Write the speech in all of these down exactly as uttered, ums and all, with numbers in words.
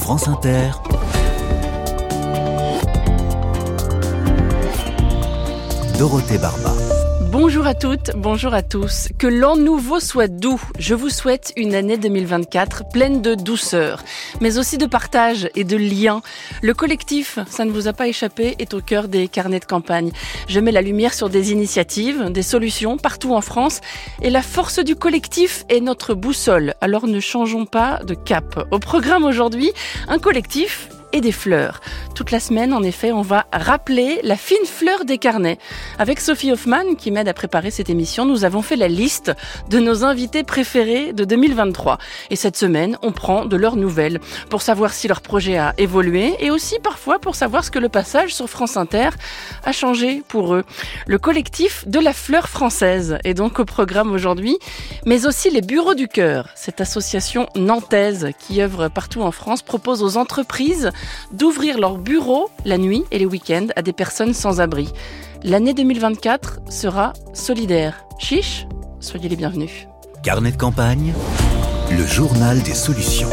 France Inter, Dorothée Barba. Bonjour à toutes, bonjour à tous. Que l'an nouveau soit doux. Je vous souhaite une année deux mille vingt-quatre pleine de douceur, mais aussi de partage et de liens. Le collectif, ça ne vous a pas échappé, est au cœur des carnets de campagne. Je mets la lumière sur des initiatives, des solutions partout en France. Et la force du collectif est notre boussole. Alors ne changeons pas de cap. Au programme aujourd'hui, un collectif et des fleurs. Toute la semaine, en effet, on va rappeler la fine fleur des carnets. Avec Sophie Hoffman, qui m'aide à préparer cette émission, nous avons fait la liste de nos invités préférés de deux mille vingt-trois. Et cette semaine, on prend de leurs nouvelles pour savoir si leur projet a évolué et aussi parfois pour savoir ce que le passage sur France Inter a changé pour eux. Le collectif de la fleur française est donc au programme aujourd'hui, mais aussi les Bureaux du Cœur. Cette association nantaise qui œuvre partout en France propose aux entreprises d'ouvrir leurs bureaux la nuit et les week-ends à des personnes sans abri. L'année deux mille vingt-quatre sera solidaire. Chiche, soyez les bienvenus. Carnet de campagne, le journal des solutions.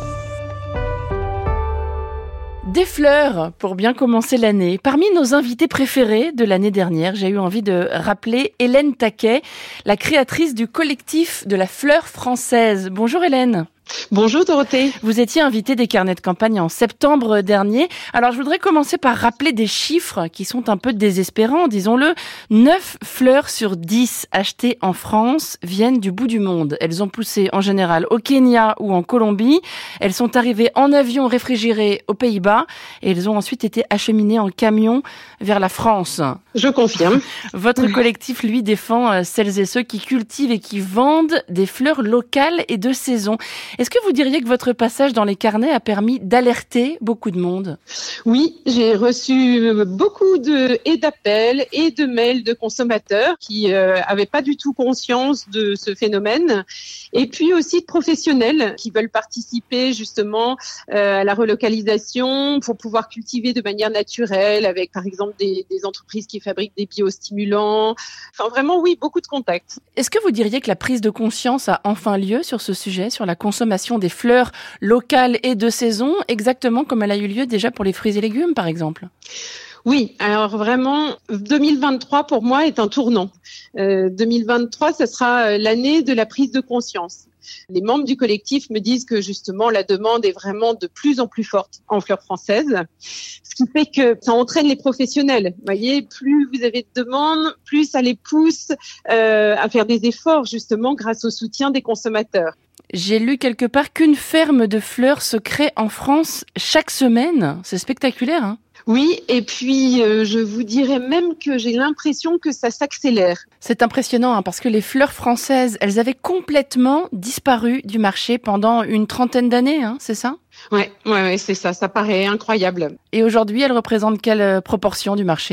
Des fleurs pour bien commencer l'année. Parmi nos invités préférés de l'année dernière, j'ai eu envie de rappeler Hélène Taquet, la créatrice du collectif de la fleur française. Bonjour Hélène. Bonjour Dorothée. Vous étiez invitée des carnets de campagne en septembre dernier. Alors je voudrais commencer par rappeler des chiffres qui sont un peu désespérants, disons-le. neuf fleurs sur dix achetées en France viennent du bout du monde. Elles ont poussé en général au Kenya ou en Colombie. Elles sont arrivées en avion réfrigéré aux Pays-Bas et elles ont ensuite été acheminées en camion vers la France. Je confirme. Votre collectif, lui, défend celles et ceux qui cultivent et qui vendent des fleurs locales et de saison. Est-ce que vous diriez que votre passage dans les carnets a permis d'alerter beaucoup de monde ? Oui, j'ai reçu beaucoup de, et d'appels et de mails de consommateurs qui euh, avaient pas du tout conscience de ce phénomène, et puis aussi de professionnels qui veulent participer justement euh, à la relocalisation pour pouvoir cultiver de manière naturelle avec par exemple des, des entreprises qui fabriquent des biostimulants. Enfin vraiment, oui, beaucoup de contacts. Est-ce que vous diriez que la prise de conscience a enfin lieu sur ce sujet, sur la consommation des fleurs locales et de saison, exactement comme elle a eu lieu déjà pour les fruits et légumes, par exemple ? Oui, alors vraiment, deux mille vingt-trois pour moi est un tournant. Euh, deux mille vingt-trois, ce sera l'année de la prise de conscience. Les membres du collectif me disent que justement la demande est vraiment de plus en plus forte en fleurs françaises, ce qui fait que ça entraîne les professionnels. Vous voyez, plus vous avez de demandes, plus ça les pousse euh, à faire des efforts justement grâce au soutien des consommateurs. J'ai lu quelque part qu'une ferme de fleurs se crée en France chaque semaine. C'est spectaculaire, hein ? Oui, et puis euh, je vous dirais même que j'ai l'impression que ça s'accélère. C'est impressionnant hein, parce que les fleurs françaises, elles avaient complètement disparu du marché pendant une trentaine d'années, hein, c'est ça ? Ouais, ouais, ouais, c'est ça, ça paraît incroyable. Et aujourd'hui, elles représentent quelle proportion du marché ?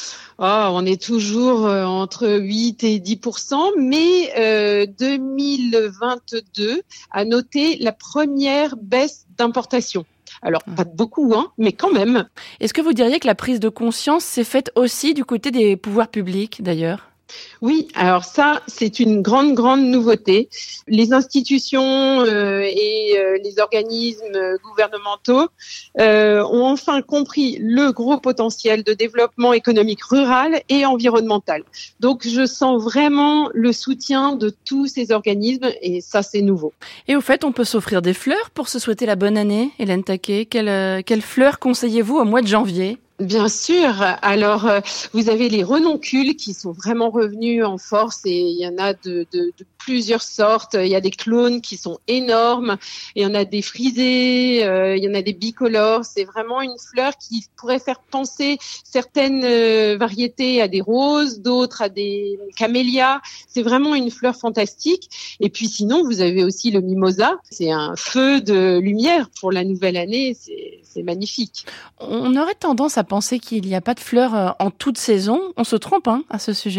Oh, on est toujours euh, entre huit et dix pour cent, mais euh, deux mille vingt-deux a noté la première baisse d'importation. Alors, pas de beaucoup, hein, mais quand même. Est-ce que vous diriez que la prise de conscience s'est faite aussi du côté des pouvoirs publics, d'ailleurs ? Oui, alors ça, c'est une grande, grande nouveauté. Les institutions euh, et euh, les organismes gouvernementaux euh, ont enfin compris le gros potentiel de développement économique rural et environnemental. Donc, je sens vraiment le soutien de tous ces organismes et ça, c'est nouveau. Et au fait, on peut s'offrir des fleurs pour se souhaiter la bonne année, Hélène Taquet. Quelle, euh, quelle fleurs conseillez-vous au mois de janvier ? Bien sûr. Alors, euh, vous avez les renoncules qui sont vraiment revenus en force et il y en a de, de, de plusieurs sortes. Il y a des clones qui sont énormes, il y en a des frisés, euh, il y en a des bicolores. C'est vraiment une fleur qui pourrait faire penser certaines euh, variétés à des roses, d'autres à des camélias. C'est vraiment une fleur fantastique. Et puis sinon, vous avez aussi le mimosa. C'est un feu de lumière pour la nouvelle année. C'est, c'est magnifique. On aurait tendance à penser qu'il n'y a pas de fleurs en toute saison. On se trompe hein, à ce sujet-là.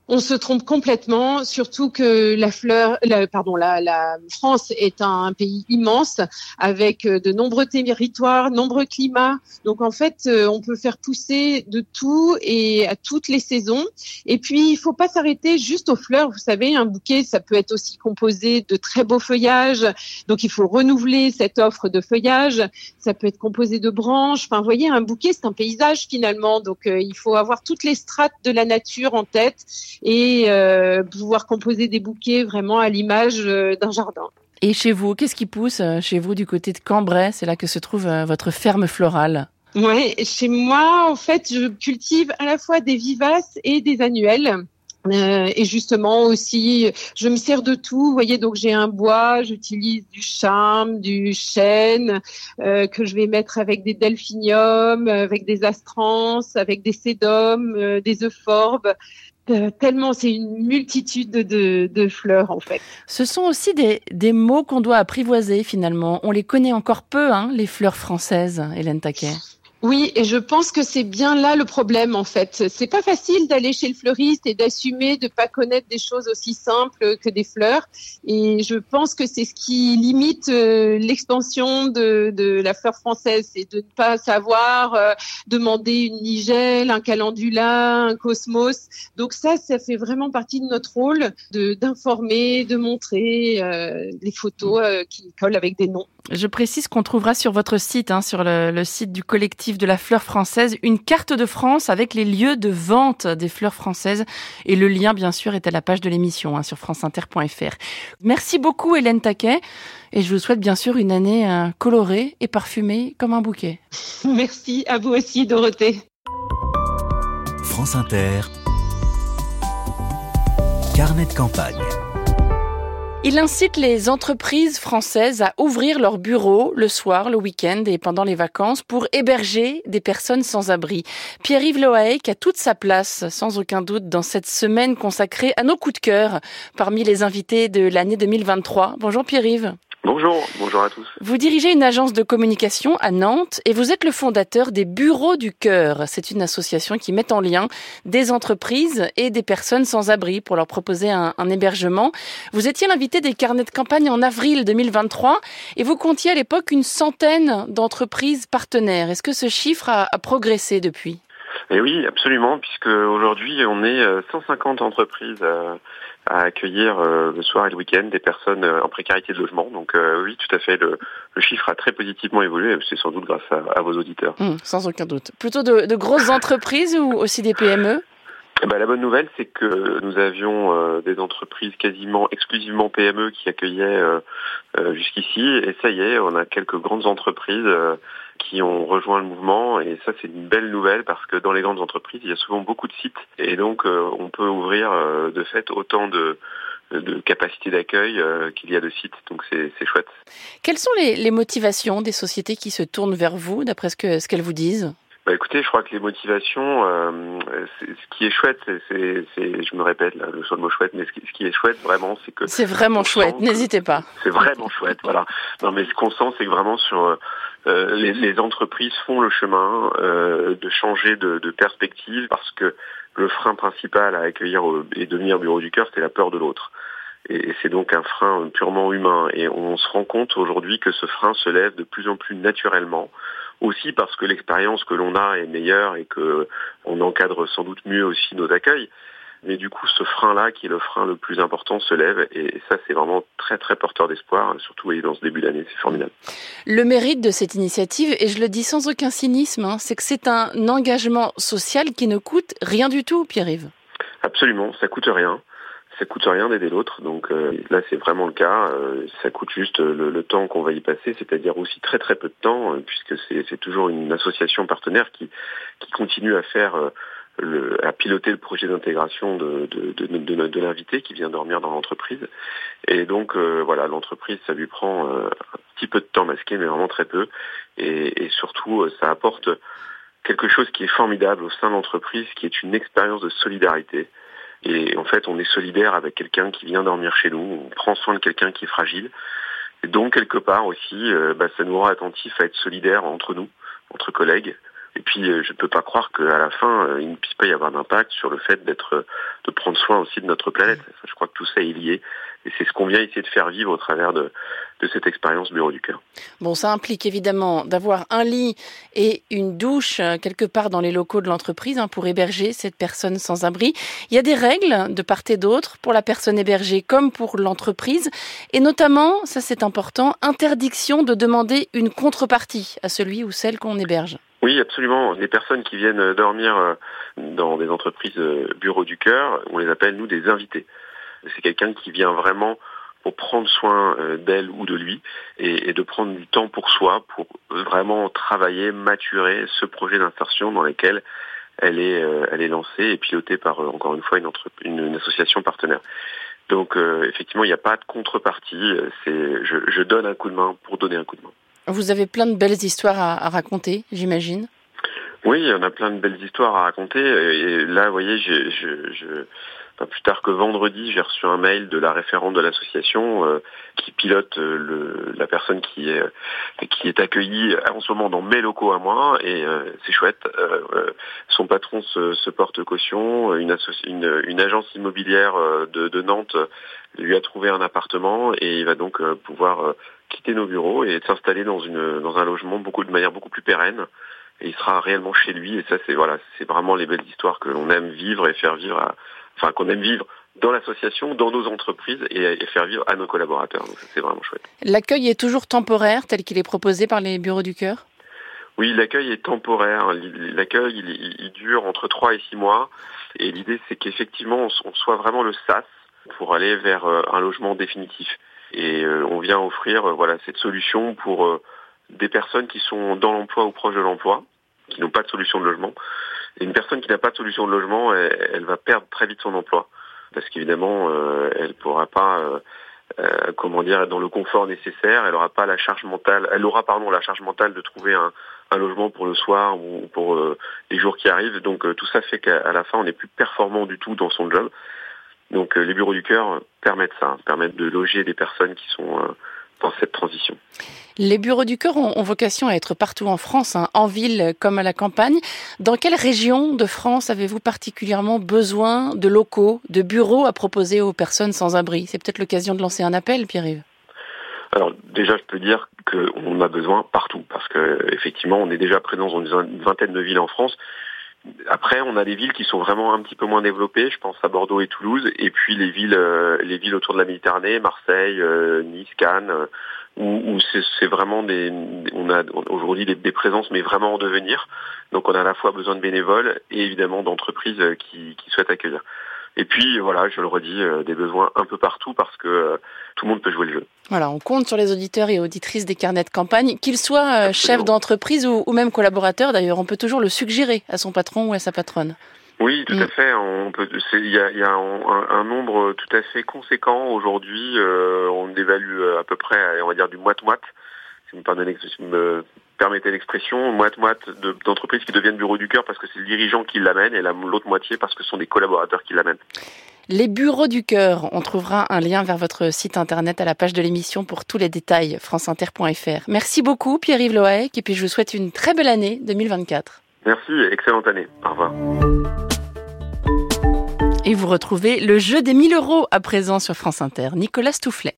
On se trompe complètement, surtout que la fleur, la, pardon, la, la France est un pays immense avec de nombreux territoires, nombreux climats. Donc en fait, on peut faire pousser de tout et à toutes les saisons. Et puis il faut pas s'arrêter juste aux fleurs. Vous savez, un bouquet, ça peut être aussi composé de très beaux feuillages. Donc il faut renouveler cette offre de feuillage. Ça peut être composé de branches. Enfin, vous voyez, un bouquet, c'est un paysage finalement. Donc euh, il faut avoir toutes les strates de la nature en tête et euh, pouvoir composer des bouquets vraiment à l'image euh, d'un jardin. Et chez vous, qu'est-ce qui pousse chez vous du côté de Cambrai? C'est là que se trouve euh, votre ferme florale. Ouais, chez moi, en fait, je cultive à la fois des vivaces et des annuelles. Euh, et justement aussi, je me sers de tout. Vous voyez, donc j'ai un bois, j'utilise du charme, du chêne euh, que je vais mettre avec des delphiniums, avec des astrances, avec des sédums, euh, des euphorbes. Euh, tellement, c'est une multitude de, de, de fleurs en fait. Ce sont aussi des, des mots qu'on doit apprivoiser finalement. On les connaît encore peu, hein, les fleurs françaises, Hélène Taquet. Oui, et je pense que c'est bien là le problème en fait. C'est pas facile d'aller chez le fleuriste et d'assumer de pas connaître des choses aussi simples que des fleurs. Et je pense que c'est ce qui limite euh, l'extension de, de la fleur française, c'est de ne pas savoir euh, demander une nigelle, un calendula, un cosmos. Donc ça, ça fait vraiment partie de notre rôle de d'informer, de montrer euh, les photos euh, qui collent avec des noms. Je précise qu'on trouvera sur votre site, hein, sur le, le site du collectif de la fleur française, une carte de France avec les lieux de vente des fleurs françaises. Et le lien, bien sûr, est à la page de l'émission, hein, sur franceinter point f r. Merci beaucoup, Hélène Taquet. Et je vous souhaite, bien sûr, une année euh, colorée et parfumée comme un bouquet. Merci à vous aussi, Dorothée. France Inter, carnet de campagne. Il incite les entreprises françaises à ouvrir leurs bureaux le soir, le week-end et pendant les vacances pour héberger des personnes sans abri. Pierre-Yves Loaec a toute sa place, sans aucun doute, dans cette semaine consacrée à nos coups de cœur parmi les invités de l'année deux mille vingt-trois. Bonjour Pierre-Yves. Bonjour, bonjour à tous. Vous dirigez une agence de communication à Nantes et vous êtes le fondateur des Bureaux du Cœur. C'est une association qui met en lien des entreprises et des personnes sans abri pour leur proposer un, un hébergement. Vous étiez l'invité des carnets de campagne en avril deux mille vingt-trois et vous comptiez à l'époque une centaine d'entreprises partenaires. Est-ce que ce chiffre a, a progressé depuis ? Eh oui, absolument, puisque aujourd'hui on est cent cinquante entreprises à, à accueillir euh, le soir et le week-end des personnes en précarité de logement. Donc euh, oui, tout à fait, le, le chiffre a très positivement évolué. C'est sans doute grâce à, à vos auditeurs. Mmh, sans aucun doute. Plutôt de, de grosses entreprises ou aussi des P M E ? Eh ben, la bonne nouvelle, c'est que nous avions euh, des entreprises quasiment exclusivement P M E qui accueillaient euh, euh, jusqu'ici. Et ça y est, on a quelques grandes entreprises euh, qui ont rejoint le mouvement. Et ça, c'est une belle nouvelle parce que dans les grandes entreprises, il y a souvent beaucoup de sites. Et donc, euh, on peut ouvrir euh, de fait autant de... de capacité d'accueil euh, qu'il y a de sites, donc c'est, c'est chouette. Quelles sont les, les motivations des sociétés qui se tournent vers vous, d'après ce, que, ce qu'elles vous disent ? Bah écoutez, je crois que les motivations, euh, c'est, ce qui est chouette, c'est, c'est, c'est, je me répète là, le, sur le mot chouette, mais ce qui, ce qui est chouette vraiment, c'est que... C'est vraiment chouette, n'hésitez pas. C'est vraiment chouette, voilà. Non mais ce qu'on sent, c'est que vraiment sur... Euh, les, les entreprises font le chemin euh, de changer de, de perspective parce que le frein principal à accueillir et devenir bureau du cœur, c'est la peur de l'autre. Et c'est donc un frein purement humain. Et on se rend compte aujourd'hui que ce frein se lève de plus en plus naturellement. Aussi parce que l'expérience que l'on a est meilleure et que on encadre sans doute mieux aussi nos accueils. Mais du coup, ce frein-là, qui est le frein le plus important, se lève. Et ça, c'est vraiment très, très porteur d'espoir, surtout dans ce début d'année. C'est formidable. Le mérite de cette initiative, et je le dis sans aucun cynisme, hein, c'est que c'est un engagement social qui ne coûte rien du tout, Pierre-Yves. Absolument, ça coûte rien. Ça coûte rien d'aider l'autre, donc euh, là c'est vraiment le cas. Euh, ça coûte juste le, le temps qu'on va y passer, c'est-à-dire aussi très très peu de temps, euh, puisque c'est, c'est toujours une association partenaire qui qui continue à faire, euh, le, à piloter le projet d'intégration de de, de, de, de, de l'invité qui vient dormir dans l'entreprise. Et donc euh, voilà, l'entreprise ça lui prend euh, un petit peu de temps masqué, mais vraiment très peu. Et, et surtout, euh, ça apporte quelque chose qui est formidable au sein de l'entreprise, qui est une expérience de solidarité. Et en fait, on est solidaire avec quelqu'un qui vient dormir chez nous, on prend soin de quelqu'un qui est fragile. Et donc, quelque part aussi, euh, bah, ça nous rend attentifs à être solidaires entre nous, entre collègues, Et puis, je ne peux pas croire qu'à la fin, il ne puisse pas y avoir d'impact sur le fait d'être, de prendre soin aussi de notre planète. Je crois que tout ça est lié. Et c'est ce qu'on vient essayer de faire vivre au travers de, de cette expérience Bureau du Cœur. Bon, ça implique évidemment d'avoir un lit et une douche quelque part dans les locaux de l'entreprise hein, pour héberger cette personne sans abri. Il y a des règles de part et d'autre pour la personne hébergée comme pour l'entreprise. Et notamment, ça c'est important, interdiction de demander une contrepartie à celui ou celle qu'on héberge. Oui, absolument. Les personnes qui viennent dormir dans des entreprises Bureau du Cœur, on les appelle, nous, des invités. C'est quelqu'un qui vient vraiment pour prendre soin d'elle ou de lui et, et de prendre du temps pour soi, pour vraiment travailler, maturer ce projet d'insertion dans lequel elle est, elle est lancée et pilotée par, encore une fois, une, entre, une, une association partenaire. Donc, euh, effectivement, il n'y a pas de contrepartie. C'est, je, je donne un coup de main pour donner un coup de main. Vous avez plein de belles histoires à, à raconter, j'imagine. Oui, on a plein de belles histoires à raconter. Et là, vous voyez, j'ai, je, je, pas plus tard que vendredi, j'ai reçu un mail de la référente de l'association euh, qui pilote euh, le, la personne qui est, qui est accueillie en ce moment dans mes locaux à moi. Et euh, c'est chouette. Euh, euh, son patron se, se porte caution. Une, associ- une, une agence immobilière de, de Nantes lui a trouvé un appartement et il va donc euh, pouvoir euh, quitter nos bureaux et s'installer dans une dans un logement beaucoup de manière beaucoup plus pérenne. Et il sera réellement chez lui. Et ça, c'est voilà, c'est vraiment les belles histoires que l'on aime vivre et faire vivre, à, enfin qu'on aime vivre dans l'association, dans nos entreprises et, et faire vivre à nos collaborateurs. Donc ça, c'est vraiment chouette. L'accueil est toujours temporaire, tel qu'il est proposé par les Bureaux du Cœur ? Oui, l'accueil est temporaire. L'accueil, il, il, il dure entre trois et six mois. Et l'idée, c'est qu'effectivement, on, on soit vraiment le sas pour aller vers euh, un logement définitif. Et euh, on vient offrir euh, voilà cette solution pour euh, des personnes qui sont dans l'emploi ou proches de l'emploi, qui n'ont pas de solution de logement. Et une personne qui n'a pas de solution de logement, elle, elle va perdre très vite son emploi, parce qu'évidemment, euh, elle pourra pas, euh, euh, comment dire, être dans le confort nécessaire. Elle aura pas la charge mentale. Elle aura pardon la charge mentale de trouver un, un logement pour le soir ou pour euh, les jours qui arrivent. Donc euh, tout ça fait qu'à la fin, on n'est plus performant du tout dans son job. Donc euh, les Bureaux du Cœur permettent ça, permettent de loger des personnes qui sont euh, dans cette transition. Les Bureaux du Cœur ont, ont vocation à être partout en France, hein, en ville comme à la campagne. Dans quelle région de France avez-vous particulièrement besoin de locaux, de bureaux à proposer aux personnes sans abri ? C'est peut-être l'occasion de lancer un appel, Pierre-Yves. Alors déjà, je peux dire qu'on a besoin partout, parce que effectivement, on est déjà présent dans une vingtaine de villes en France. Après, on a des villes qui sont vraiment un petit peu moins développées. Je pense à Bordeaux et Toulouse, et puis les villes, euh, les villes autour de la Méditerranée, Marseille, euh, Nice, Cannes, euh, où, où c'est, c'est vraiment des, on a aujourd'hui des, des présences, mais vraiment en devenir. Donc, on a à la fois besoin de bénévoles et évidemment d'entreprises qui, qui souhaitent accueillir. Et puis voilà, je le redis, euh, des besoins un peu partout parce que euh, tout le monde peut jouer le jeu. Voilà, on compte sur les auditeurs et auditrices des carnets de campagne, qu'ils soient euh, chefs d'entreprise ou, ou même collaborateurs. D'ailleurs, on peut toujours le suggérer à son patron ou à sa patronne. Oui, tout mmh. à fait. On peut. Il y a, y a un, un nombre tout à fait conséquent aujourd'hui. Euh, on évalue à peu près, on va dire du moite-moite. Si vous me pardonnez, si vous me permettez l'expression, moite-moite de, d'entreprises qui deviennent Bureau du Cœur parce que c'est le dirigeant qui l'amène et la, l'autre moitié parce que ce sont des collaborateurs qui l'amènent. Les Bureaux du Cœur, on trouvera un lien vers votre site internet à la page de l'émission pour tous les détails, franceinter point f r. Merci beaucoup Pierre-Yves Loaec et puis je vous souhaite une très belle année deux mille vingt-quatre. Merci, excellente année. Au revoir. Et vous retrouvez le jeu des mille euros à présent sur France Inter. Nicolas Stoufflet.